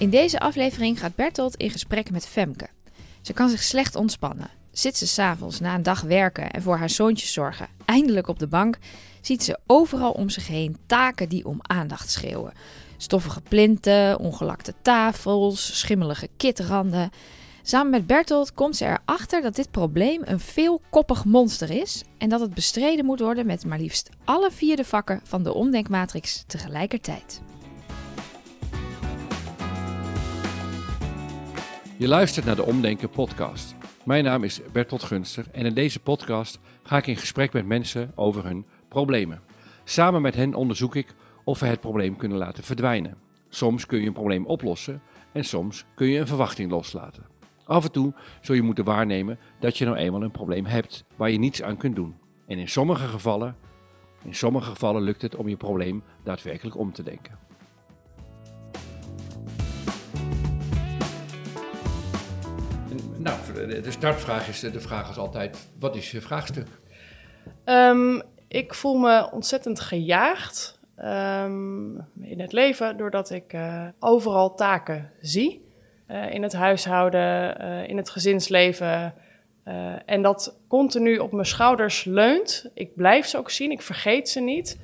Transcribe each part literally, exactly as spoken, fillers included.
In deze aflevering gaat Bertolt in gesprek met Femke. Ze kan zich slecht ontspannen. Zit ze 's avonds na een dag werken en voor haar zoontjes zorgen, eindelijk op de bank, ziet ze overal om zich heen taken die om aandacht schreeuwen. Stoffige plinten, ongelakte tafels, schimmelige kitranden. Samen met Bertolt komt ze erachter dat dit probleem een veelkoppig monster is en dat het bestreden moet worden met maar liefst alle vier de vakken van de omdenkmatrix tegelijkertijd. Je luistert naar de Omdenken podcast. Mijn naam is Bertolt Gunster en in deze podcast ga ik in gesprek met mensen over hun problemen. Samen met hen onderzoek ik of we het probleem kunnen laten verdwijnen. Soms kun je een probleem oplossen en soms kun je een verwachting loslaten. Af en toe zul je moeten waarnemen dat je nou eenmaal een probleem hebt waar je niets aan kunt doen. En in sommige gevallen, in sommige gevallen lukt het om je probleem daadwerkelijk om te denken. Nou, de startvraag is de vraag als altijd, wat is je vraagstuk? Um, ik voel me ontzettend gejaagd um, in het leven doordat ik uh, overal taken zie. Uh, in het huishouden, uh, in het gezinsleven. Uh, en dat continu op mijn schouders leunt. Ik blijf ze ook zien, ik vergeet ze niet.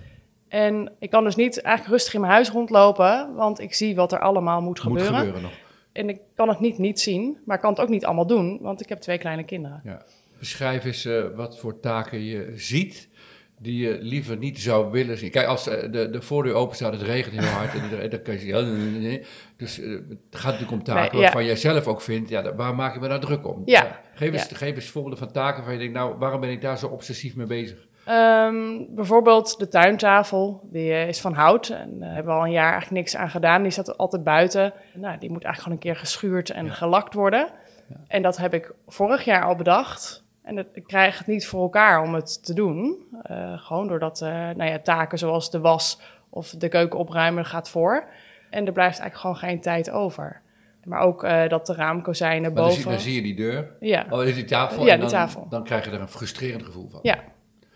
En ik kan dus niet eigenlijk rustig in mijn huis rondlopen, want ik zie wat er allemaal moet gebeuren. Moet gebeuren nog. En ik kan het niet niet zien, maar ik kan het ook niet allemaal doen, want ik heb twee kleine kinderen. Ja. Beschrijf eens uh, wat voor taken je ziet die je liever niet zou willen zien. Kijk, als uh, de, de voordeur open staat, het regent heel hard, en dan kan je zeggen, ja, nee, nee, nee. Dus uh, het gaat natuurlijk om taken nee, ja. waarvan jij zelf ook vindt, ja, waar maak ik me nou druk om? Ja. Uh, geef, eens, ja. geef eens voorbeelden van taken waar je denkt, nou, waarom ben ik daar zo obsessief mee bezig? Um, bijvoorbeeld de tuintafel, die uh, is van hout en daar uh, hebben we al een jaar eigenlijk niks aan gedaan. Die staat altijd buiten. Nou, die moet eigenlijk gewoon een keer geschuurd en ja. gelakt worden. Ja. En dat heb ik vorig jaar al bedacht. En dat, ik krijg het niet voor elkaar om het te doen. Uh, gewoon doordat uh, nou ja, taken zoals de was of de keuken opruimen gaat voor. En er blijft eigenlijk gewoon geen tijd over. Maar ook uh, dat de raamkozijnen maar boven... Dan, dan zie je die deur, ja. oh, die tafel, ja, en dan, die tafel. dan krijg je er een frustrerend gevoel van. Ja.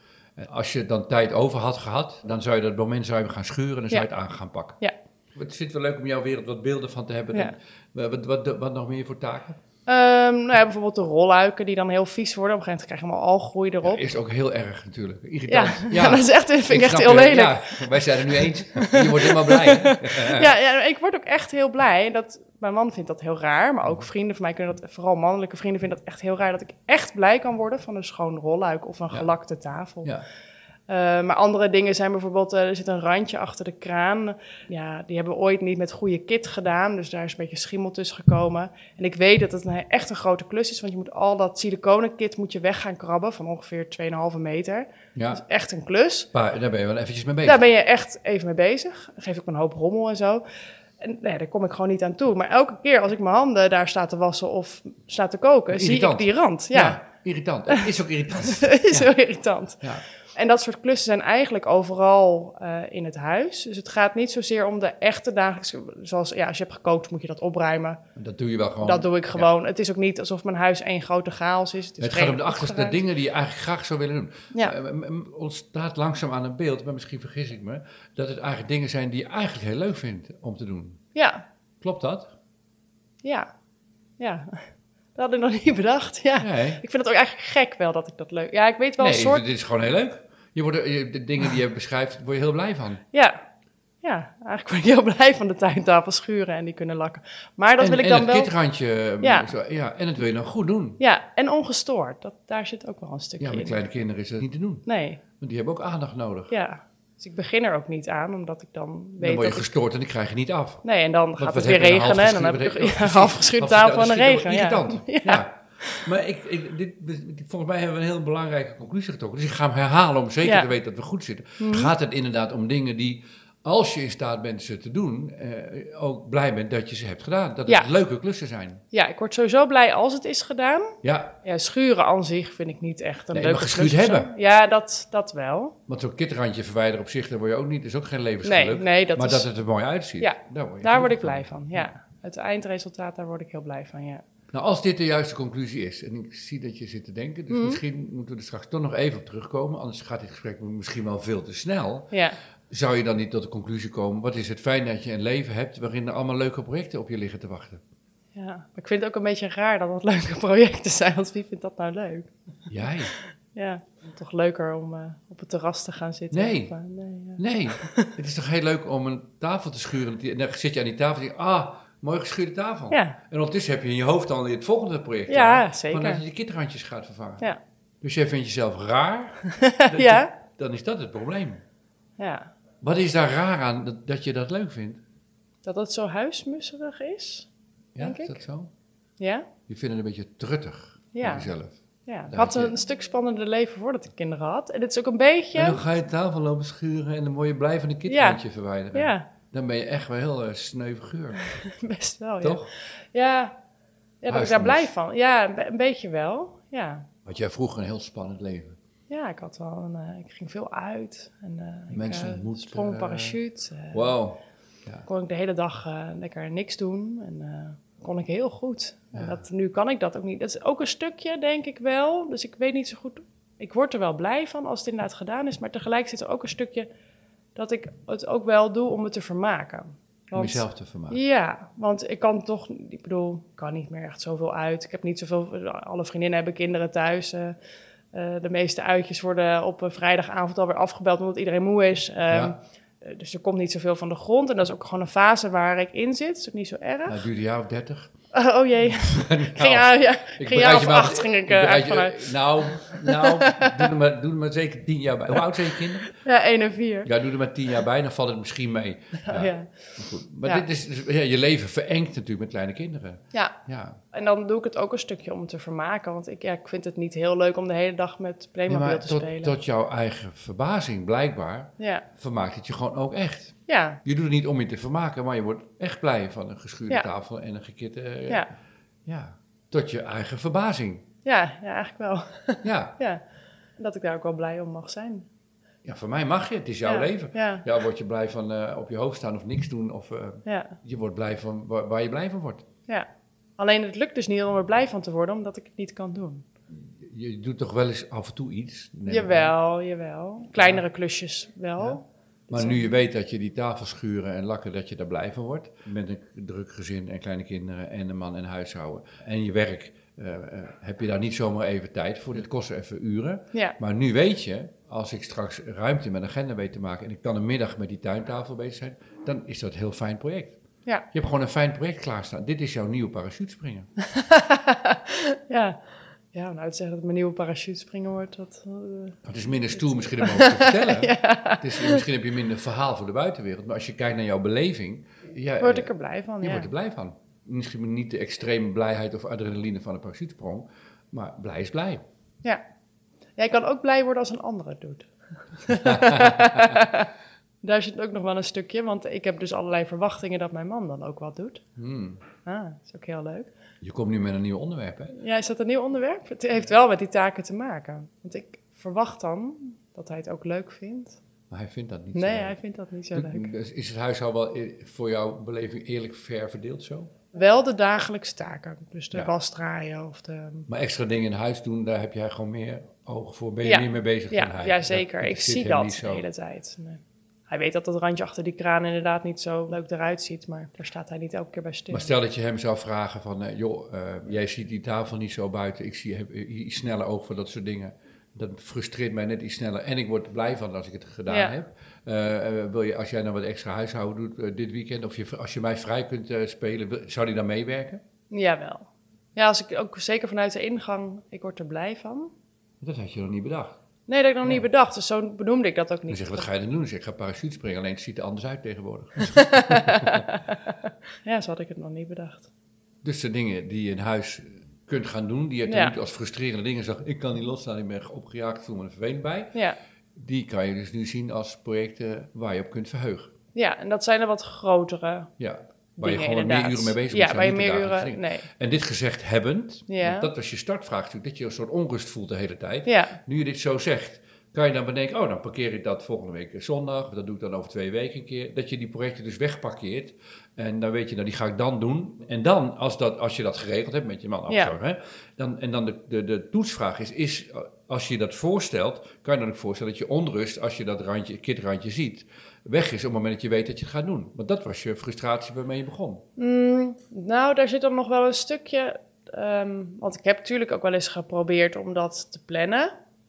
Als je dan tijd over had gehad, dan zou je dat moment zou je gaan schuren en dan zou je ja. het aan gaan pakken. Ja. Ik vind het wel leuk om jouw wereld wat beelden van te hebben. Ja. Wat, wat, wat, wat nog meer voor taken? Um, nou ja, bijvoorbeeld de rolluiken die dan heel vies worden. Op een gegeven moment krijg je allemaal algroei erop. Ja, is ook heel erg natuurlijk. Irritant. Ja, ja. ja dat is echt, vind ik, ik echt heel je. lelijk. Ja, wij zijn er nu eens. Je wordt helemaal blij. ja, ja, ik word ook echt heel blij. Dat, mijn man vindt dat heel raar, maar ook vrienden van mij kunnen dat, vooral mannelijke vrienden vinden dat echt heel raar. Dat ik echt blij kan worden van een schoon rolluik of een ja. gelakte tafel. Ja. Uh, maar andere dingen zijn bijvoorbeeld, uh, er zit een randje achter de kraan. Ja, die hebben we ooit niet met goede kit gedaan, dus daar is een beetje schimmel tussen gekomen. En ik weet dat het een, echt een grote klus is, want je moet al dat siliconen kit moet je weg gaan krabben van ongeveer twee komma vijf meter. Ja. Dat is echt een klus. Maar daar ben je wel eventjes mee bezig. Daar ben je echt even mee bezig. Dan geef ik me een hoop rommel en zo. En nee, daar kom ik gewoon niet aan toe. Maar elke keer als ik mijn handen daar sta te wassen of sta te koken, irritant. zie ik die rand. Ja, ja irritant. Het is ook irritant. Het is ja. heel irritant. Ja. En dat soort klussen zijn eigenlijk overal uh, in het huis. Dus het gaat niet zozeer om de echte dagelijkse... Zoals, ja, als je hebt gekookt, moet je dat opruimen. Dat doe je wel gewoon. Dat doe ik gewoon. Ja. Het is ook niet alsof mijn huis één grote chaos is. Het, is het gaat om de achterste dingen die je eigenlijk graag zou willen doen. Ja. Uh, ontstaat langzaam aan een beeld, maar misschien vergis ik me, dat het eigenlijk dingen zijn die je eigenlijk heel leuk vindt om te doen. Ja. Klopt dat? Ja. Ja. Dat had ik nog niet bedacht, ja. Nee. Ik vind het ook eigenlijk gek wel dat ik dat leuk... Ja, ik weet wel nee, een soort... dit is gewoon heel leuk. Je wordt er, je, de dingen die je beschrijft, word je heel blij van. Ja. Ja, eigenlijk word ik heel blij van de tuintafel schuren en die kunnen lakken. Maar dat en, wil ik en dan het wel... kitrandje, ja. Zo, ja. En dat wil je dan goed doen. Ja, en ongestoord. Dat, daar zit ook wel een stukje in. Ja, met kleine kinderen is dat niet te doen. Nee. Want die hebben ook aandacht nodig. Ja. Dus ik begin er ook niet aan, omdat ik dan weet Dan word je dat gestoord ik... en dan krijg je niet af. Nee, en dan wat, gaat wat het weer regenen en dan heb ik een ja, halfgeschuurde tafel en een regen. Irritant. Ja. ja. Maar ik, ik, dit, volgens mij hebben we een heel belangrijke conclusie getrokken. Dus ik ga hem herhalen om zeker ja. te weten dat we goed zitten. Mm-hmm. Gaat het inderdaad om dingen die, als je in staat bent ze te doen, eh, ook blij bent dat je ze hebt gedaan. Dat het ja. leuke klussen zijn. Ja, ik word sowieso blij als het is gedaan. Ja. Ja, schuren aan zich vind ik niet echt een nee, leuke klus. Maar geschuurd hebben. Ja, dat, dat wel. Want zo'n kitrandje verwijderen op zich, daar word je ook niet, dat is ook geen levensgeluk. Nee, nee, dat maar is... dat het er mooi uitziet. Ja, daar word, je daar word ik blij van. van. Ja. Het eindresultaat, daar word ik heel blij van, ja. Nou, als dit de juiste conclusie is, en ik zie dat je zit te denken, dus mm. misschien moeten we er straks toch nog even op terugkomen, anders gaat dit gesprek misschien wel veel te snel. Ja. zou je dan niet tot de conclusie komen, wat is het fijn dat je een leven hebt waarin er allemaal leuke projecten op je liggen te wachten? Ja, maar ik vind het ook een beetje raar dat het leuke projecten zijn, want wie vindt dat nou leuk? Jij? Ja, toch leuker om uh, op het terras te gaan zitten? Nee, of, uh, nee, ja. nee. Het is toch heel leuk om een tafel te schuren. En dan zit je aan die tafel en denk je, ah, mooi geschuurde tafel. Ja. En ondertussen heb je in je hoofd al het volgende project. Ja, aan, zeker. Van dat je de kitterhandjes gaat vervangen. Ja. Dus jij vindt jezelf raar, dat ja. je, dan is dat het probleem. Ja. Wat is daar raar aan dat, dat je dat leuk vindt? Dat het zo huismusserig is, Ja, denk is ik. dat zo? Ja? Je vindt het een beetje truttig Ja. van jezelf. Ja, ik Daar had heb je- een stuk spannender leven voordat ik kinderen had. En het is ook een beetje... En dan ga je de tafel lopen schuren en dan word je blij van een kitterhandje verwijderen. Ja, Dan ben je echt wel heel uh, sneu figuur. best wel, ja. Toch? Ja, ja dat ik daar Huismus. blij van. Ja, een, be- een beetje wel. Ja. Want jij vroeger een heel spannend leven. Ja, ik had wel een... uh, ik ging veel uit. En uh, Mensen ik uh, ontmoeten, sprong uh, parachute. Uh, Wauw. kon ik de hele dag uh, lekker niks doen. En uh, kon ik heel goed. Ja. En dat, nu kan ik dat ook niet. Dat is ook een stukje, denk ik wel. Dus ik weet niet zo goed... Ik word er wel blij van als het inderdaad gedaan is. Maar tegelijk zit er ook een stukje dat ik het ook wel doe om me te vermaken. Om Want- jezelf te vermaken. Ja, want ik kan toch... Ik bedoel, ik kan niet meer echt zoveel uit. Ik heb niet zoveel... Alle vriendinnen hebben kinderen thuis. Uh, uh, de meeste uitjes worden op een vrijdagavond alweer afgebeld omdat iedereen moe is. Um, Ja. uh, Dus er komt niet zoveel van de grond. En dat is ook gewoon een fase waar ik in zit. Dat is ook niet zo erg. Nou, het duurde een jaar of dertig. Uh, oh jee. Nou, ging, uh, ja, ik ging jaar bereid of je maar- acht ging ik uh, bereid uit je- vanuit. Nou, nou doe, er maar, doe er maar zeker tien jaar bij. Hoe oud zijn je kinderen? Ja, één en vier. Ja, doe er maar tien jaar bij, dan valt het misschien mee. Ja, Ja. Ja. Maar, goed. maar Ja. dit is, dus- ja, je leven verengt natuurlijk met kleine kinderen. ja, Ja. en dan doe ik het ook een stukje om te vermaken. Want ik, ja, ik vind het niet heel leuk om de hele dag met Nee, Playmobil maar te tot, spelen. tot jouw eigen verbazing, blijkbaar, Ja, vermaakt het je gewoon ook echt. ja, Je doet het niet om je te vermaken, maar je wordt echt blij van een geschuurde Ja. tafel en een gekitte... eh, ja. ja. Tot je eigen verbazing. Ja, ja, eigenlijk wel. Ja. Ja, dat ik daar ook wel blij om mag zijn. Ja, voor mij mag je. Het is jouw Ja, leven. Ja, Ja, word je blij van uh, op je hoofd staan of niks doen. Of uh, ja, je wordt blij van waar, waar je blij van wordt. ja. Alleen het lukt dus niet om er blij van te worden, omdat ik het niet kan doen. Je, je doet toch wel eens af en toe iets? Nee, Jawel, jawel. Kleinere klusjes wel. Ja. Maar nu je weet dat je die tafel schuren en lakken, dat je daar blij van wordt. Met een druk gezin en kleine kinderen en een man en huishouden. En je werk, uh, uh, heb je daar niet zomaar even tijd voor. Dit kost even uren. Ja, Maar nu weet je, als ik straks ruimte met een agenda weet te maken en ik kan een middag met die tuintafel bezig zijn, dan is dat een heel fijn project. ja, Je hebt gewoon een fijn project klaarstaan. Dit is jouw nieuwe parachutespringen. ja. Ja, om nou te zeggen dat het mijn nieuwe parachutespringen wordt, dat... Uh, Het is minder stoer misschien om over te vertellen. Het is, misschien heb je minder verhaal voor de buitenwereld. Maar als je kijkt naar jouw beleving... Ja, word eh, ik er blij van, Je ja. wordt er blij van. Misschien niet de extreme blijheid of adrenaline van een parachutesprong. Maar blij is blij. Ja. Ja, ik kan ook blij worden als een ander het doet. Daar zit ook nog wel een stukje, want ik heb dus allerlei verwachtingen dat mijn man dan ook wat doet. Hmm. Ah, dat is ook heel leuk. Je komt nu met een nieuw onderwerp, hè? Ja, is dat een nieuw onderwerp? Het heeft wel met die taken te maken. Want ik verwacht dan dat hij het ook leuk vindt. Maar hij vindt dat niet Nee, zo. hij vindt dat niet zo leuk. Dus is het huishouden wel e- voor jouw beleving eerlijk fair verdeeld zo? Wel de dagelijkse taken. Dus de Ja. was draaien of de... Maar extra dingen in huis doen, daar heb jij gewoon meer oog voor. Ben je Ja. meer mee bezig dan Ja, hij? ja, zeker. Dat Ik zit zie hem dat niet de zo. hele tijd. Nee. Hij weet dat het randje achter die kraan inderdaad niet zo leuk eruit ziet, maar daar staat hij niet elke keer bij stil. Maar stel dat je hem zou vragen van, uh, joh, uh, jij ziet die tafel niet zo buiten, ik zie heb iets sneller oog voor dat soort dingen. Dat frustreert mij net iets sneller en ik word er blij van als ik het gedaan Ja. heb. Uh, uh, wil je, als jij nou wat extra huishouden doet uh, dit weekend, of je, als je mij vrij kunt uh, spelen, wil, zou die dan meewerken? Jawel. Ja, als ik ook zeker vanuit de ingang, ik word er blij van. Dat had je nog niet bedacht. Nee, dat heb ik nog Ja. niet bedacht, dus zo benoemde ik dat ook Dan niet. zeg je, wat ga je dan doen? Dan zeg ik, ik ga parachute springen, alleen het ziet er anders uit tegenwoordig. Ja, zo had ik het nog niet bedacht. Dus de dingen die je in huis kunt gaan doen, die je Ja. ja. als frustrerende dingen zag, ik kan niet losstaan, ik ben opgejaagd, ik voel me er vervelend bij. Ja. Die kan je dus nu zien als projecten waar je op kunt verheugen. Ja, en dat zijn er wat grotere Ja, waar je dingen gewoon wat meer inderdaad. uren mee bezig Ja, moet waar je zijn, niet de meer dagelijkse uren... dingen. Nee. En dit gezegd hebbend, Ja. want dat was je startvraagstuk, dat je een soort onrust voelt de hele tijd. Ja, Nu je dit zo zegt, kan je dan bedenken, oh, dan parkeer ik dat volgende week zondag, dat doe ik dan over twee weken een keer. Dat je die projecten dus wegparkeert en dan weet je, nou die ga ik dan doen. En dan, als, dat, als je dat geregeld hebt met je man, Ja. afzorgen, hè, dan, en dan de, de, de toetsvraag is, is, als je dat voorstelt, kan je dan ook voorstellen dat je onrust, als je dat randje, kitrandje ziet, weg is op het moment dat je weet dat je het gaat doen. Want dat was je frustratie waarmee je begon. Mm, nou, daar zit dan nog wel een stukje... Um, want ik heb natuurlijk ook wel eens geprobeerd om dat te plannen.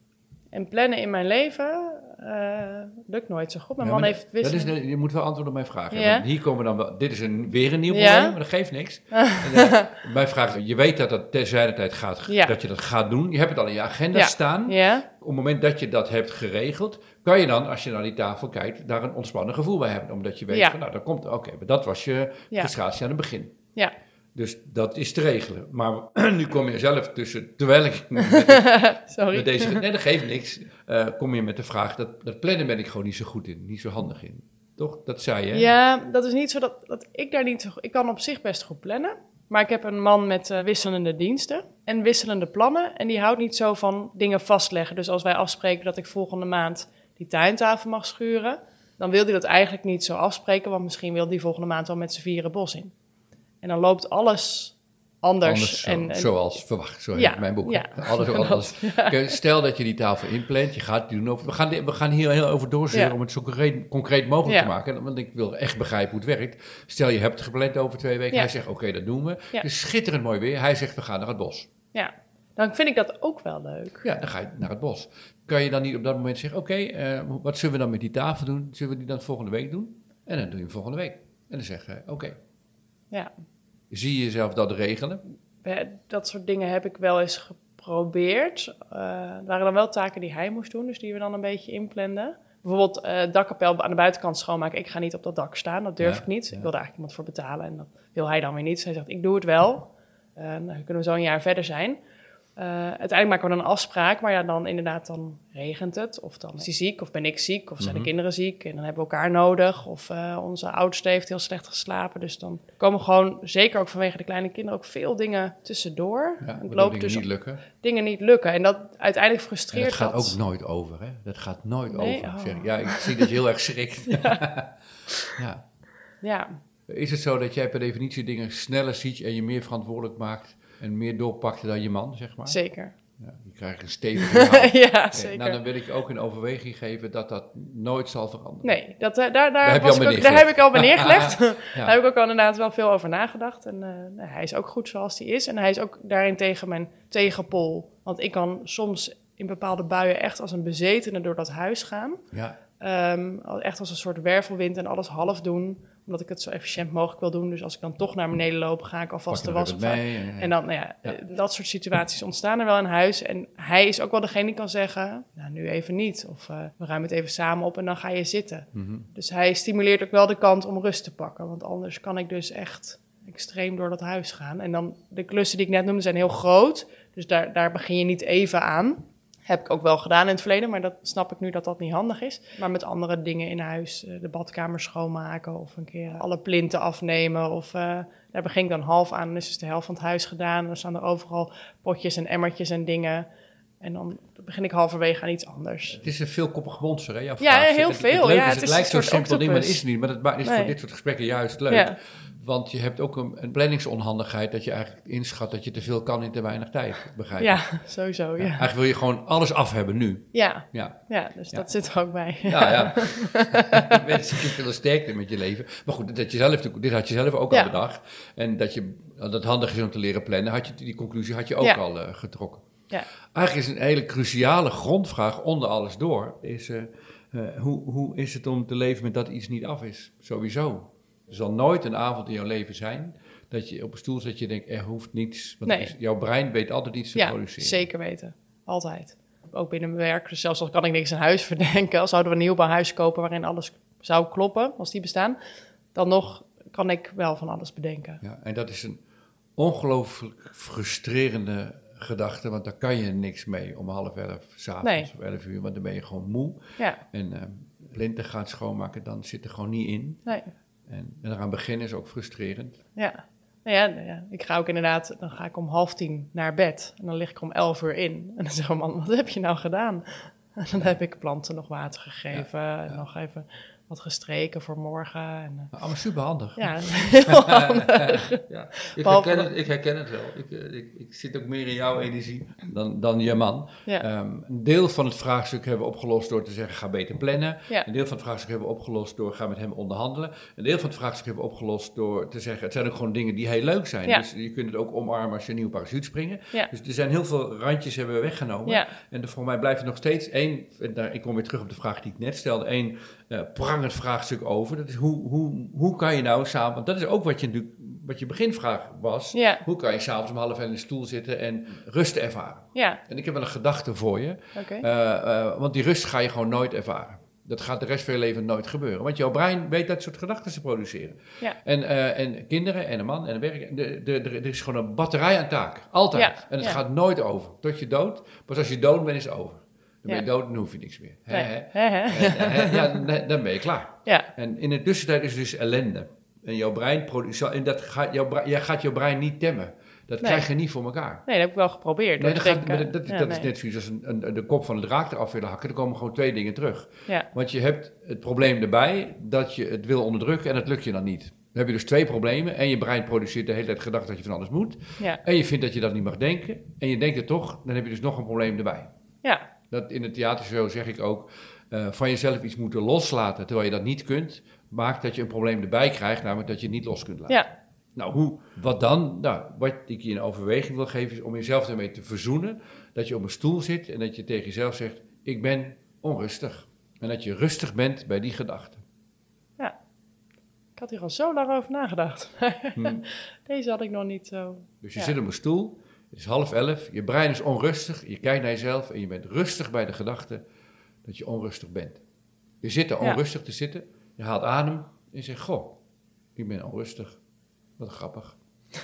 En plannen in mijn leven uh, lukt nooit zo goed. Mijn Ja, man dat, heeft wist... dat is, je moet wel antwoord op mijn vraag hebben. Ja. Want hier komen we dan wel, dit is een, weer een nieuw Ja. probleem, maar dat geeft niks. en, uh, mijn vraag is, je weet dat dat terzijde tijd gaat, Ja. dat je dat gaat doen. Je hebt het al in je agenda Ja. staan. Ja. Op het moment dat je dat hebt geregeld, kan je dan, als je naar die tafel kijkt, daar een ontspannen gevoel bij hebben. Omdat je weet Ja. van, nou, dat komt, oké, okay, maar dat was je Ja. frustratie aan het begin. Ja. Dus dat is te regelen. Maar nu kom je zelf tussen, terwijl ik met, Sorry. met deze... Nee, dat geeft niks. Uh, kom je met de vraag, dat, dat plannen ben ik gewoon niet zo goed in. Niet zo handig in. Toch? Dat zei je. Ja, dat is niet zo dat, dat ik daar niet zo... Ik kan op zich best goed plannen. Maar ik heb een man met uh, wisselende diensten en wisselende plannen. En die houdt niet zo van dingen vastleggen. Dus als wij afspreken dat ik volgende maand die tuintafel mag schuren, dan wil hij dat eigenlijk niet zo afspreken. Want misschien wil hij volgende maand wel met z'n vieren bos in. En dan loopt alles anders. Anders zo, en, en, zoals verwacht, zo ja, heet mijn boek. Ja, alles, alles. Ja. Stel dat je die tafel inplant, je gaat die doen over... We gaan, we gaan hier heel over doorzeuren ja. om het zo concreet, concreet mogelijk ja. te maken. Want ik wil echt begrijpen hoe het werkt. Stel je hebt het gepland over twee weken. Ja. Hij zegt, oké, okay, dat doen we. Ja. Het is schitterend mooi weer. Hij zegt, we gaan naar het bos. Ja, dan vind ik dat ook wel leuk. Ja, dan ga je naar het bos. Kan je dan niet op dat moment zeggen, oké, okay, uh, wat zullen we dan met die tafel doen? Zullen we die dan volgende week doen? En dan doe je hem volgende week. En dan zeg je, oké. Okay. Ja. Zie je jezelf dat regelen? Dat soort dingen heb ik wel eens geprobeerd. Uh, er waren dan wel taken die hij moest doen, dus die we dan een beetje inplanden. Bijvoorbeeld uh, dakkapel aan de buitenkant schoonmaken. Ik ga niet op dat dak staan, dat durf ja, ik niet. Ja. Ik wil daar eigenlijk iemand voor betalen en dat wil hij dan weer niet. Dus hij zegt, ik doe het wel. Uh, dan kunnen we zo een jaar verder zijn. Uh, uiteindelijk maken we dan een afspraak, maar ja, dan inderdaad, dan regent het. Of dan is hij ziek, of ben ik ziek, of zijn mm-hmm. de kinderen ziek. En dan hebben we elkaar nodig. Of uh, onze oudste heeft heel slecht geslapen. Dus dan komen gewoon, zeker ook vanwege de kleine kinderen, ook veel dingen tussendoor. Ja, het loopt dingen dus niet lukken. Dingen niet lukken. En dat uiteindelijk frustreert dat. En dat gaat dat. ook nooit over, hè? Dat gaat nooit nee, over. Oh. Zeg. Ja, ik zie dat je heel erg schrikt. Ja. ja. ja. Is het zo dat jij per definitie dingen sneller ziet en je meer verantwoordelijk maakt en meer doorpakt dan je man, zeg maar? Zeker. Ja, je krijgt een stevige ja, okay, zeker. Nou, dan wil ik ook een overweging geven dat dat nooit zal veranderen. Nee, dat, daar, daar, daar, heb, was je al ik ook, daar heb ik al bij neergelegd. ja. Daar heb ik ook al inderdaad wel veel over nagedacht. En uh, nou, hij is ook goed zoals hij is. En hij is ook daarin tegen mijn tegenpol. Want ik kan soms in bepaalde buien echt als een bezetene door dat huis gaan. Ja. Um, echt als een soort wervelwind en alles half doen, omdat ik het zo efficiënt mogelijk wil doen. Dus als ik dan toch naar beneden loop, ga ik alvast de was opvouwen. En, en dan, nou ja, ja, dat soort situaties ontstaan er wel in huis. En hij is ook wel degene die kan zeggen, nou, nu even niet. Of uh, we ruimen het even samen op en dan ga je zitten. Mm-hmm. Dus hij stimuleert ook wel de kant om rust te pakken. Want anders kan ik dus echt extreem door dat huis gaan. En dan, de klussen die ik net noemde zijn heel groot. Dus daar, daar begin je niet even aan. Heb ik ook wel gedaan in het verleden, maar dat snap ik nu dat dat niet handig is. Maar met andere dingen in huis, de badkamer schoonmaken of een keer alle plinten afnemen. Of uh, daar begin ik dan half aan, dan is dus de helft van het huis gedaan. Dan staan er overal potjes en emmertjes en dingen. En dan begin ik halverwege aan iets anders. Het is een veelkoppig monster, hè? Jouw ja, vraag. heel het, veel. Het, ja, is, het, het is lijkt zo simpel ding, maar dat is het niet. Maar dat is nee. voor dit soort gesprekken juist leuk. Ja. Want je hebt ook een, een planningsonhandigheid dat je eigenlijk inschat dat je te veel kan in te weinig tijd, begrijp je? Ja, sowieso, ja. ja. Eigenlijk wil je gewoon alles af hebben nu. Ja, ja. ja dus ja. dat zit er ook bij. Ja, ja. Ik wens je veel sterkte met je leven. Maar goed, dat je zelf, dit had je zelf ook ja. al bedacht. En dat je, dat het handig is om te leren plannen, had je, die conclusie had je ook ja. al uh, getrokken. Ja. Eigenlijk is een hele cruciale grondvraag onder alles door, is uh, uh, hoe, hoe is het om te leven met dat iets niet af is? Sowieso. Er zal nooit een avond in jouw leven zijn dat je op een stoel zit en je denkt, er hoeft niets. Want nee. jouw brein weet altijd iets te ja, produceren. Ja, zeker weten. Altijd. Ook binnen mijn werk, dus zelfs al kan ik niks in huis verdenken. Als zouden we een nieuwbouwhuis kopen waarin alles zou kloppen, als die bestaan, dan nog kan ik wel van alles bedenken. Ja, en dat is een ongelooflijk frustrerende gedachte, want daar kan je niks mee om half elf, 's avonds nee. of elf uur, want dan ben je gewoon moe. Ja. En uh, plinten gaan schoonmaken, dan zit er gewoon niet in. Nee. En, en eraan beginnen is ook frustrerend. Ja. Nou ja, nou ja, ik ga ook inderdaad, dan ga ik om half tien naar bed. En dan lig ik om elf uur in. En dan zeg ik, man, wat heb je nou gedaan? En dan heb ik planten nog water gegeven. Ja, En ja. nog even wat gestreken voor morgen. En, uh, Allemaal superhandig. ja, heel handig. Ja, ik, Behalve herken dat- het, ik herken het wel. Ik, eh, ik, ik zit ook meer in jouw energie dan, dan je man. Ja. Um, een deel van het vraagstuk hebben we opgelost door te zeggen, ga beter plannen. Ja. Een deel van het vraagstuk hebben we opgelost door, ga met hem onderhandelen. Een deel van het vraagstuk hebben we opgelost door te zeggen, het zijn ook gewoon dingen die heel leuk zijn. Ja. Dus je kunt het ook omarmen als je een nieuwe parachute springen. Ja. Dus er zijn heel veel randjes hebben we weggenomen. Ja. En er, voor mij blijft er nog steeds één, en daar, ik kom weer terug op de vraag die ik net stelde, één uh, prangend vraagstuk over. Dat is hoe, hoe, hoe kan je nou samen, want dat is ook wat je natuurlijk, wat je beginvraag was. Ja. Hoe kan je s'avonds om half elf in de stoel zitten en rust ervaren? Ja, En ik heb wel een gedachte voor je, oké. uh, uh, want die rust ga je gewoon nooit ervaren. Dat gaat de rest van je leven nooit gebeuren. Want jouw brein weet dat soort gedachten te produceren. Ja. En, uh, en kinderen en een man en een werk. De, de, de, er is gewoon een batterij aan taak. Altijd. Ja, En het ja. gaat nooit over. Tot je dood. Pas als je dood bent is het over. Dan ben je Ja. dood en dan hoef je niks meer. Hè, Nee. hè? Hè, hè? En, hè, ja, dan, dan ben je klaar. Ja, En in de tussentijd is er dus ellende. En jouw brein produceert. En dat gaat, jouw brein, jij gaat jouw brein niet temmen. Dat Nee. krijg je niet voor elkaar. nee, dat heb ik wel geprobeerd. Nee, door dat, te gaat, denken. maar dat, dat, Ja, dat nee. is net zoiets als een, een, de kop van de draak eraf willen hakken. Er komen gewoon twee dingen terug. Ja, Want je hebt het probleem erbij dat je het wil onderdrukken en dat lukt je dan niet. Dan heb je dus twee problemen en je brein produceert de hele tijd gedachten dat je van alles moet. ja, En je vindt dat je dat niet mag denken en je denkt het toch, dan heb je dus nog een probleem erbij. ja, Dat in het theatershow zeg ik ook, uh, van jezelf iets moeten loslaten terwijl je dat niet kunt, maakt dat je een probleem erbij krijgt, namelijk dat je het niet los kunt laten. ja, Nou, hoe, wat dan? Nou, wat ik je in overweging wil geven is om jezelf ermee te verzoenen. Dat je op een stoel zit en dat je tegen jezelf zegt, ik ben onrustig. En dat je rustig bent bij die gedachten. ja. Ik had hier al zo lang over nagedacht. Hm. Deze had ik nog niet zo... Dus je Ja. zit op een stoel, het is half elf, je brein is onrustig, je kijkt naar jezelf en je bent rustig bij de gedachte dat je onrustig bent. Je zit er Ja. onrustig te zitten, je haalt adem en je zegt, goh, ik ben onrustig. Wat grappig.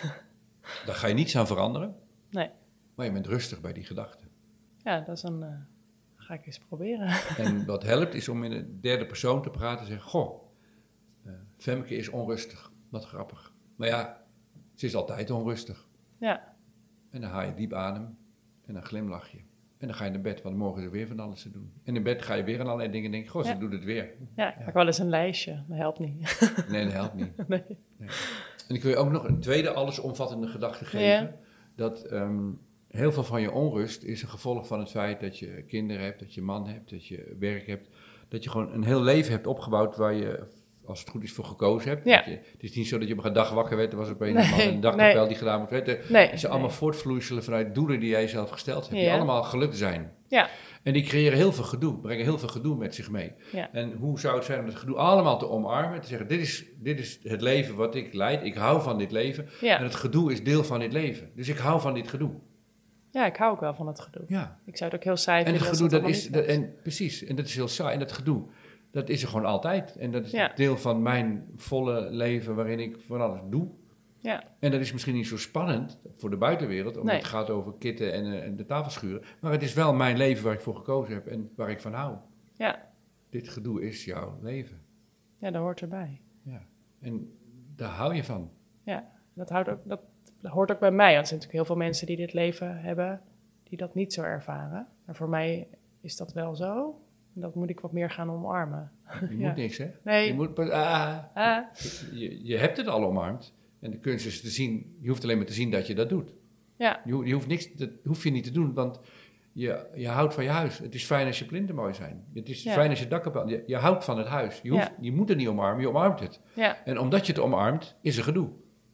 Daar ga je niets aan veranderen, Nee, maar je bent rustig bij die gedachte. ja, dat is een... Uh, ga ik eens proberen. En wat helpt is om in de derde persoon te praten en zeggen, goh, uh, Femke is onrustig. Wat grappig. Maar ja, ze is altijd onrustig. Ja, En dan haal je diep adem en dan glimlach je. En dan ga je naar bed, want morgen is er weer van alles te doen. En in bed ga je weer aan allerlei dingen denken, goh, ze Ja. doet het weer. ja, ik maak wel eens een lijstje. Dat helpt niet. Nee, dat helpt niet. Nee. Nee. En ik wil je ook nog een tweede allesomvattende gedachte geven. Ja. Dat um, heel veel van je onrust is een gevolg van het feit dat je kinderen hebt, dat je man hebt, dat je werk hebt. Dat je gewoon een heel leven hebt opgebouwd waar je, als het goed is, voor gekozen hebt. Ja. Dat je, het is niet zo dat je op een dag wakker werd, er was opeens Nee, een man en een dagkapel nee. die gedaan moet worden. Nee. Het zijn allemaal voortvloeiselen vanuit doelen die jij zelf gesteld hebt, die Ja. allemaal gelukt zijn. Ja, En die creëren heel veel gedoe, brengen heel veel gedoe met zich mee. ja, En hoe zou het zijn om dat gedoe allemaal te omarmen? Te zeggen, dit is, dit is het leven wat ik leid, ik hou van dit leven. En ja. het gedoe is deel van dit leven. Dus ik hou van dit gedoe. Ja, ik hou ook wel van het gedoe. Ja. Ik zou het ook heel saai En vinden het als gedoe, dat allemaal is, niet dat, was. en precies, en dat is heel saai. En dat gedoe, dat is er gewoon altijd. En dat is Ja. deel van mijn volle leven waarin ik van alles doe. Ja, En dat is misschien niet zo spannend voor de buitenwereld, omdat Nee. het gaat over kitten en, uh, en de tafelschuren. Maar het is wel mijn leven waar ik voor gekozen heb en waar ik van hou. ja, Dit gedoe is jouw leven. ja, dat hoort erbij. Ja. En daar hou je van. Ja, dat, houdt ook, dat hoort ook bij mij. Want er zijn natuurlijk heel veel mensen die dit leven hebben, die dat niet zo ervaren. Maar voor mij is dat wel zo. En dat moet ik wat meer gaan omarmen. Je Ja. moet niks, hè? Nee. Je, moet, pas- ah, Ah, je, je hebt het al omarmd. En de kunst is te zien, je hoeft alleen maar te zien dat je dat doet. ja, Je, ho- je hoeft niks, dat hoef je niet te doen, want je, je houdt van je huis. Het is fijn als je plinten mooi zijn. Het is Ja. fijn als je dak op je, je houdt van het huis. Je, hoeft, Ja. je moet het niet omarmen, je omarmt het. ja, En omdat je het omarmt, is er gedoe.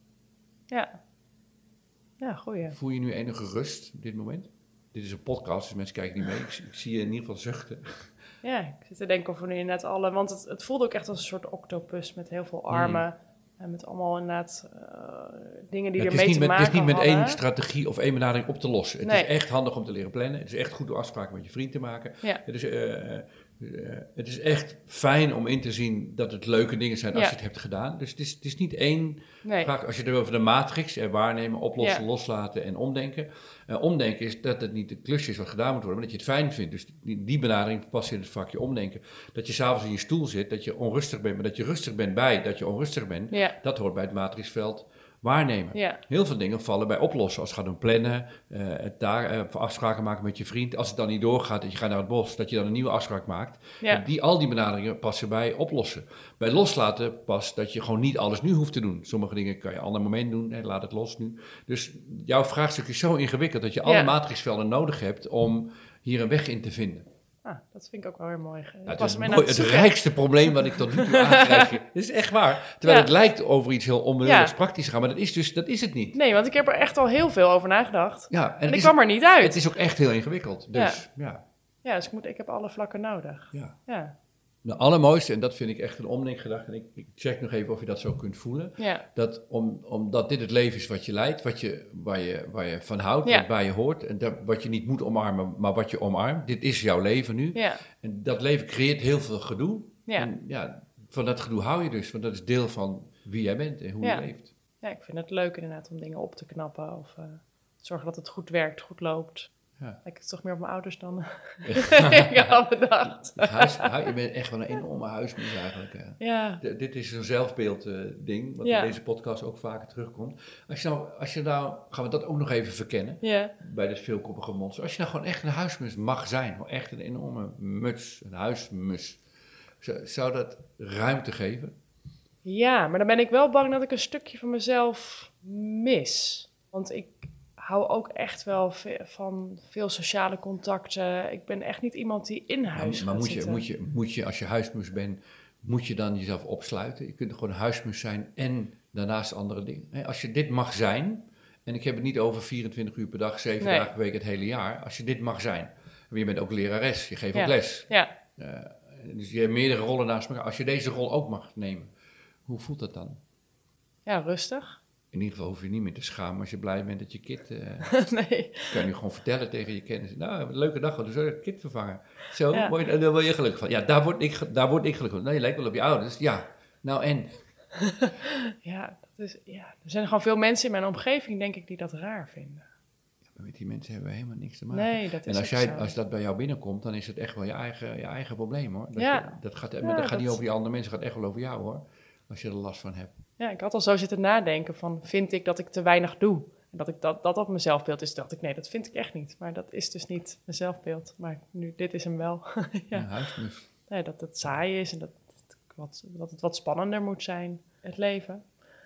ja. Ja, goeie. Voel je nu enige rust op dit moment? Dit is een podcast, dus mensen kijken niet mee. Ik, ik zie je in ieder geval zuchten. Ja, ik zit te denken of we nu inderdaad alle... Want het, het voelde ook echt als een soort octopus met heel veel armen. En met allemaal inderdaad uh, dingen die Ja, het, is ermee niet te met, maken het is niet met hadden. één strategie of één benadering op te lossen. Het Nee. is echt handig om te leren plannen. Het is echt goed door afspraken met je vriend te maken. Ja. Het is, uh, uh, het is echt fijn om in te zien dat het leuke dingen zijn als Ja. je het hebt gedaan. Dus het is, het is niet één Nee. vraag. Als je het over de matrix, eh, waarnemen, oplossen, Ja. loslaten en omdenken. Uh, omdenken is dat het niet een klusje is wat gedaan moet worden, maar dat je het fijn vindt. Dus die, die benadering past in het vakje omdenken. Dat je s'avonds in je stoel zit, dat je onrustig bent, maar dat je rustig bent bij dat je onrustig bent. Ja, Dat hoort bij het matrixveld waarnemen. Ja. Heel veel dingen vallen bij oplossen. Als het gaat om plannen, uh, daar, uh, afspraken maken met je vriend. Als het dan niet doorgaat en je gaat naar het bos, dat je dan een nieuwe afspraak maakt. Ja. Die, al die benaderingen passen bij oplossen. Bij loslaten past dat je gewoon niet alles nu hoeft te doen. Sommige dingen kan je een ander moment doen. Hè, laat het los nu. Dus jouw vraagstuk is zo ingewikkeld dat je alle ja. matrixvelden nodig hebt om hier een weg in te vinden. Ah, dat vind ik ook wel weer mooi. Ja, het is mooi, het rijkste probleem wat ik tot nu toe aankrijg. Dat is echt waar. Terwijl ja. het lijkt over iets heel onbenulligs ja. praktisch te gaan. Maar dat is, dus, dat is het niet. Nee, want ik heb er echt al heel veel over nagedacht. Ja, en, en ik is, kwam er niet uit. Het is ook echt heel ingewikkeld. Dus, ja. Ja, ja dus ik, moet, ik heb alle vlakken nodig. Ja. ja. De allermooiste, en dat vind ik echt een omdenkgedachte, en ik, ik check nog even of je dat zo kunt voelen, ja. dat om, omdat dit het leven is wat je leidt, wat je, waar, je, waar je van houdt, ja. wat bij je hoort, en dat, wat je niet moet omarmen, maar wat je omarmt. Dit is jouw leven nu. Ja. En dat leven creëert heel veel gedoe. Ja. En ja, van dat gedoe hou je dus, want dat is deel van wie jij bent en hoe ja. je leeft. Ja, ik vind het leuk inderdaad om dingen op te knappen of uh, zorgen dat het goed werkt, goed loopt. Ja. Lijkt het toch meer op mijn ouders dan ik had bedacht. Huis, je bent echt wel een enorme huismus eigenlijk. Hè. Ja. D- dit is een zelfbeeld uh, ding, wat ja. in deze podcast ook vaker terugkomt. Als je nou, als je nou, gaan we dat ook nog even verkennen, ja. bij dit veelkoppige monster. Als je nou gewoon echt een huismus mag zijn, echt een enorme muts, een huismus, zou, zou dat ruimte geven? Ja, maar dan ben ik wel bang dat ik een stukje van mezelf mis. Want ik hou ook echt wel ve- van veel sociale contacten. Ik ben echt niet iemand die in huis maar, maar gaat moet je, zitten. moet je, moet je, als je huismus bent, moet je dan jezelf opsluiten? Je kunt gewoon huismus zijn en daarnaast andere dingen. He, als je dit mag zijn, en ik heb het niet over vierentwintig uur per dag, zeven nee. dagen per week het hele jaar. Als je dit mag zijn, je bent ook lerares, je geeft ja. ook les. Ja. Uh, dus je hebt meerdere rollen naast elkaar. Als je deze rol ook mag nemen, hoe voelt dat dan? Ja, rustig. In ieder geval hoef je niet meer te schamen als je blij bent dat je kind... Uh, nee. Kan je nu gewoon vertellen tegen je kennis. Nou, een leuke dag, we zullen het kind vervangen. Zo, ja. word je, daar word je gelukkig van. Ja, daar word ik, daar word ik gelukkig van. Nou, je lijkt wel op je ouders. Ja, nou en? ja, dat is, ja, er zijn gewoon veel mensen in mijn omgeving, denk ik, die dat raar vinden. Ja, maar met die mensen hebben we helemaal niks te maken. Nee, dat is en als, jij, zo. als dat bij jou binnenkomt, dan is het echt wel je eigen, je eigen probleem, hoor. Dat, ja. je, dat gaat, ja, maar dat dat gaat niet over die andere mensen, het gaat echt wel over jou, hoor. Als je er last van hebt. Ja, ik had al zo zitten nadenken van, vind ik dat ik te weinig doe? En dat ik dat, dat op mijn zelfbeeld is, dacht ik, nee, dat vind ik echt niet. Maar dat is dus niet mijn zelfbeeld. Maar nu, dit is hem wel. ja. Een huismus. Nee, dat het saai is en dat, dat, wat, dat het wat spannender moet zijn, het leven.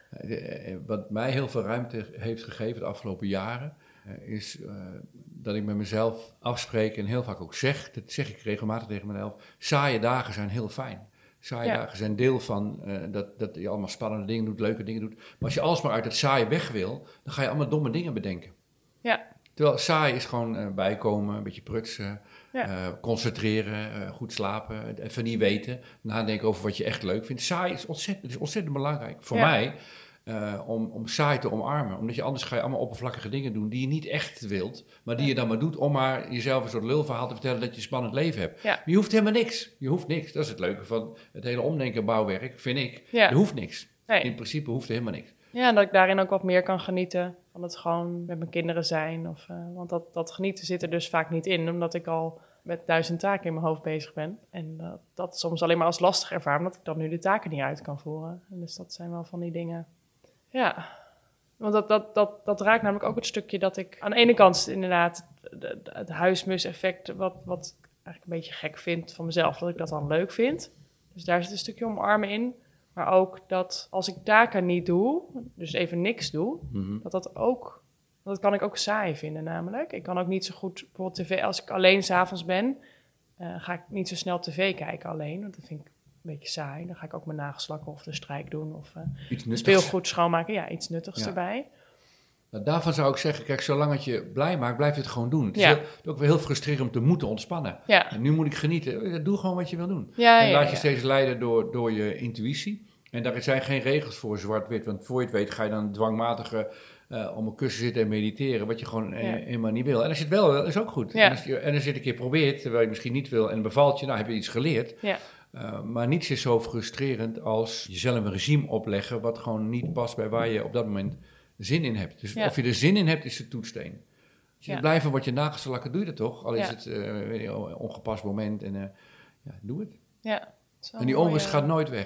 Wat mij heel veel ruimte heeft gegeven de afgelopen jaren, is uh, dat ik met mezelf afspreek en heel vaak ook zeg, dat zeg ik regelmatig tegen mezelf, saaie dagen zijn heel fijn. Saaie ja. dagen zijn deel van uh, dat, dat je allemaal spannende dingen doet, leuke dingen doet. Maar als je alsmaar uit het saaie weg wil, dan ga je allemaal domme dingen bedenken. Ja. Terwijl saai is gewoon uh, bijkomen, een beetje prutsen, ja. uh, concentreren, uh, goed slapen, even niet weten, nadenken over wat je echt leuk vindt. Saai is ontzettend, is ontzettend belangrijk voor ja. mij. Uh, om, om saai te omarmen. Omdat je anders ga je allemaal oppervlakkige dingen doen die je niet echt wilt, maar die je dan maar doet om maar jezelf een soort lulverhaal te vertellen dat je een spannend leven hebt. Ja. Maar je hoeft helemaal niks. Je hoeft niks. Dat is het leuke van het hele omdenkenbouwwerk, vind ik. Ja. Je hoeft niks. Nee. In principe hoeft er helemaal niks. Ja, en dat ik daarin ook wat meer kan genieten van het gewoon met mijn kinderen zijn. Of, uh, want dat, dat genieten zit er dus vaak niet in, omdat ik al met duizend taken in mijn hoofd bezig ben. En uh, dat soms alleen maar als lastig ervaar, omdat ik dan nu de taken niet uit kan voeren. En dus dat zijn wel van die dingen. Ja, want dat, dat, dat, dat raakt namelijk ook het stukje dat ik aan de ene kant inderdaad het, het huismus-effect, wat, wat ik eigenlijk een beetje gek vind van mezelf, dat ik dat dan leuk vind. Dus daar zit een stukje omarmen in. Maar ook dat als ik taken niet doe, dus even niks doe, Mm-hmm. dat dat ook, dat kan ik ook saai vinden namelijk. Ik kan ook niet zo goed, bijvoorbeeld tv, als ik alleen 's avonds ben, uh, ga ik niet zo snel tv kijken alleen, want dat vind ik een beetje saai. Dan ga ik ook mijn nagelslakken of de strijk doen of uh, speelgoed schoonmaken. Ja, iets nuttigs ja. erbij. Nou, daarvan zou ik zeggen, kijk, zolang het je blij maakt, blijf het gewoon doen. Het is ja. heel, ook weer heel frustrerend om te moeten ontspannen. Ja. En nu moet ik genieten. Doe gewoon wat je wil doen. Ja, en ja, laat ja, je ja. steeds leiden door, door je intuïtie. En daar zijn geen regels voor zwart-wit. Want voor je het weet ga je dan dwangmatige uh, om een kussen zitten en mediteren. Wat je gewoon ja. uh, helemaal niet wil. En als je het wel wil, is ook goed. Ja. En, als je, en als je het een keer probeert, terwijl je het misschien niet wil en bevalt je, nou heb je iets geleerd. Ja. Uh, maar niets is zo frustrerend als jezelf een regime opleggen wat gewoon niet past bij waar je op dat moment zin in hebt. Dus ja. of je er zin in hebt, is de toetssteen. Als je ja. blijft van wat je nagelakken, doe je dat toch? Al is ja. het uh, weet je, ongepast moment en uh, ja, doe het. Ja, en die onrust gaat nooit weg.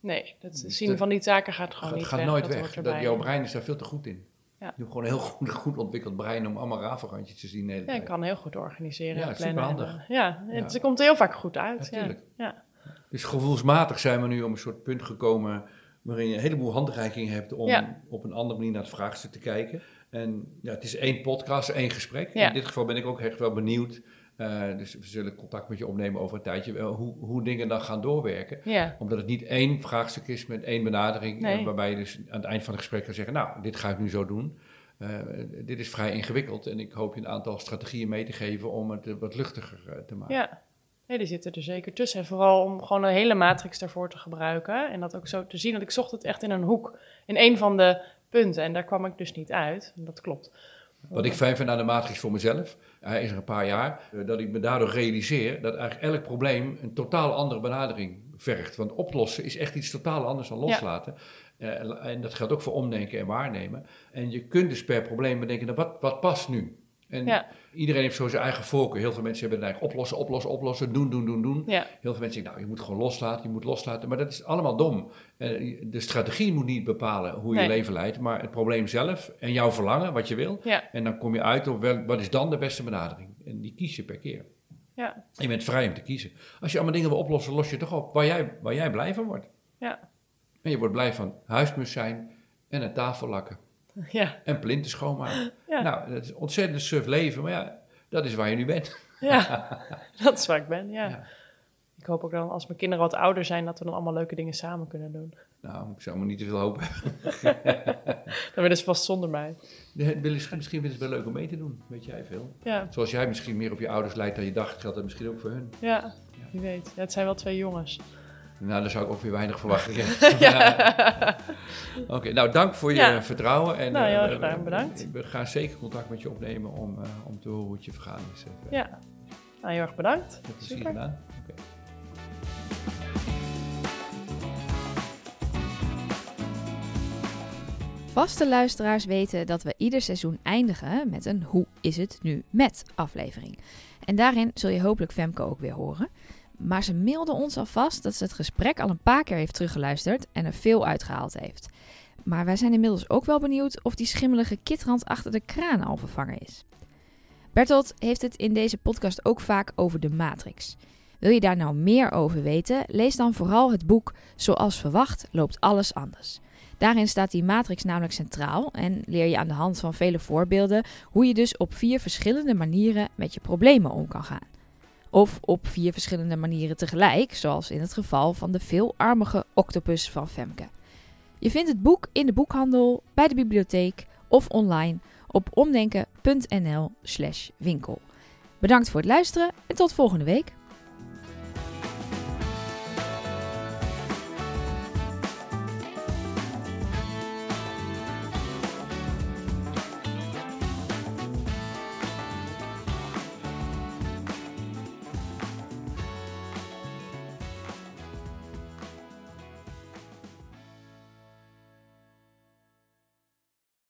Nee, het zien dat, van die taken gaat gewoon gaat, niet gaat weg. nooit dat weg. Dat, jouw brein is daar veel te goed in. Ja. Je hebt gewoon een heel goed, goed ontwikkeld brein om allemaal rafelrandjes te zien. De hele ja, ik kan heel goed organiseren. Ja, super handig. Ja, het ja. komt heel vaak goed uit. Natuurlijk. Ja. Ja. Dus gevoelsmatig zijn we nu op een soort punt gekomen waarin je een heleboel handreikingen hebt om ja. op een andere manier naar het vraagstuk te kijken. En ja, het is één podcast, één gesprek. Ja. In dit geval ben ik ook echt wel benieuwd. Uh, dus we zullen contact met je opnemen over een tijdje, uh, hoe, hoe dingen dan gaan doorwerken. Ja. Omdat het niet één vraagstuk is met één benadering, nee. uh, waarbij je dus aan het eind van het gesprek kan zeggen, nou, dit ga ik nu zo doen. Uh, dit is vrij ingewikkeld en ik hoop je een aantal strategieën mee te geven om het uh, wat luchtiger uh, te maken. Ja, nee, die zitten er zeker tussen. En vooral om gewoon een hele matrix daarvoor te gebruiken en dat ook zo te zien. Want ik zocht het echt in een hoek, in een van de punten en daar kwam ik dus niet uit. En dat klopt. Wat ik fijn vind aan de matrix voor mezelf, hij is er een paar jaar, dat ik me daardoor realiseer dat eigenlijk elk probleem een totaal andere benadering vergt. Want oplossen is echt iets totaal anders dan loslaten. Ja. Uh, en dat geldt ook voor omdenken en waarnemen. En je kunt dus per probleem bedenken, nou, wat, wat past nu? En ja. iedereen heeft zo zijn eigen voorkeur. Heel veel mensen hebben het eigenlijk oplossen, oplossen, oplossen, doen, doen, doen, doen. Ja. Heel veel mensen zeggen, nou, je moet gewoon loslaten, je moet loslaten. Maar dat is allemaal dom. Uh, de strategie moet niet bepalen hoe je nee. leven leidt, maar het probleem zelf en jouw verlangen, wat je wil. Ja. En dan kom je uit op wel, wat is dan de beste benadering. En die kies je per keer. Ja. En je bent vrij om te kiezen. Als je allemaal dingen wil oplossen, los je toch op waar jij, waar jij blij van wordt. Ja. En je wordt blij van huismus zijn en een tafel lakken. Ja. En plinten schoonmaken. Ja. Nou, dat is een ontzettend suf leven, maar ja, dat is waar je nu bent. Ja, dat is waar ik ben, ja. ja. Ik hoop ook dan, als mijn kinderen wat ouder zijn, dat we dan allemaal leuke dingen samen kunnen doen. Nou, ik zou maar niet te veel hopen. Dan willen ze vast zonder mij. Misschien vinden ze het wel leuk om mee te doen, weet jij veel. Ja. Zoals jij misschien meer op je ouders lijkt dan je dacht, geldt dat misschien ook voor hun. Ja, ja. Wie weet. Ja, het zijn wel twee jongens. Nou, daar zou ik ook weer weinig verwachten. Ja. ja. Oké, okay, nou dank voor je ja. vertrouwen. En, nou, heel erg uh, bedankt. We gaan zeker contact met je opnemen om, uh, om te horen hoe het je vergaan is. Ja, nou, heel erg bedankt. Dat is hier gedaan. Okay. Vaste luisteraars weten dat we ieder seizoen eindigen met een Hoe is het nu met aflevering. En daarin zul je hopelijk Femke ook weer horen. Maar ze mailde ons alvast dat ze het gesprek al een paar keer heeft teruggeluisterd en er veel uitgehaald heeft. Maar wij zijn inmiddels ook wel benieuwd of die schimmelige kitrand achter de kraan al vervangen is. Bertolt heeft het in deze podcast ook vaak over de matrix. Wil je daar nou meer over weten? Lees dan vooral het boek Zoals verwacht loopt alles anders. Daarin staat die matrix namelijk centraal en leer je aan de hand van vele voorbeelden hoe je dus op vier verschillende manieren met je problemen om kan gaan. Of op vier verschillende manieren tegelijk, zoals in het geval van de veelarmige octopus van Femke. Je vindt het boek in de boekhandel, bij de bibliotheek of online op omdenken punt n l slash winkel. Bedankt voor het luisteren en tot volgende week.